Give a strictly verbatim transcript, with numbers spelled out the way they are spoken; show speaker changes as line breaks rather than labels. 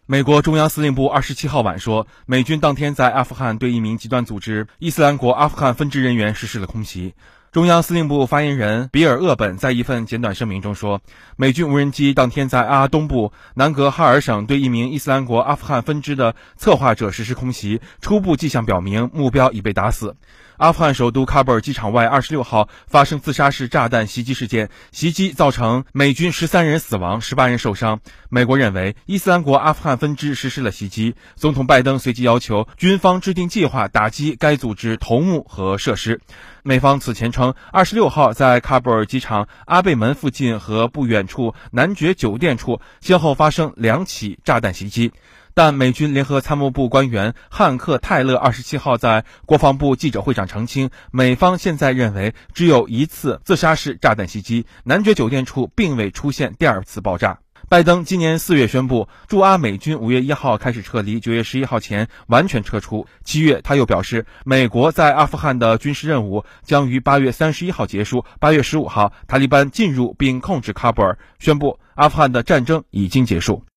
美国中央司令部二十七号晚说，美军当天在阿富汗对一名极端组织伊斯兰国阿富汗分支人员实施了空袭。中央司令部发言人比尔·厄本在一份简短声明中说，美军无人机当天在阿东部南格哈尔省对一名伊斯兰国阿富汗分支的策划者实施空袭，初步迹象表明目标已被打死。阿富汗首都喀布尔机场外二十六号发生自杀式炸弹袭击事件，袭击造成美军十三人死亡，十八人受伤。美国认为伊斯兰国阿富汗分支实施了袭击，总统拜登随即要求军方制定计划打击该组织头目和设施。美方此前称，二十六号在喀布尔机场阿贝门附近和不远处男爵酒店处先后发生两起炸弹袭击。但美军联合参谋部官员汉克·泰勒二十七号在国防部记者会上澄清，美方现在认为只有一次自杀式炸弹袭击，男爵酒店处并未出现第二次爆炸。拜登今年四月宣布，驻阿美军五月一号开始撤离，九月十一号前完全撤出。七月，他又表示，美国在阿富汗的军事任务将于八月三十一号结束。八月十五号，塔利班进入并控制喀布尔，宣布阿富汗的战争已经结束。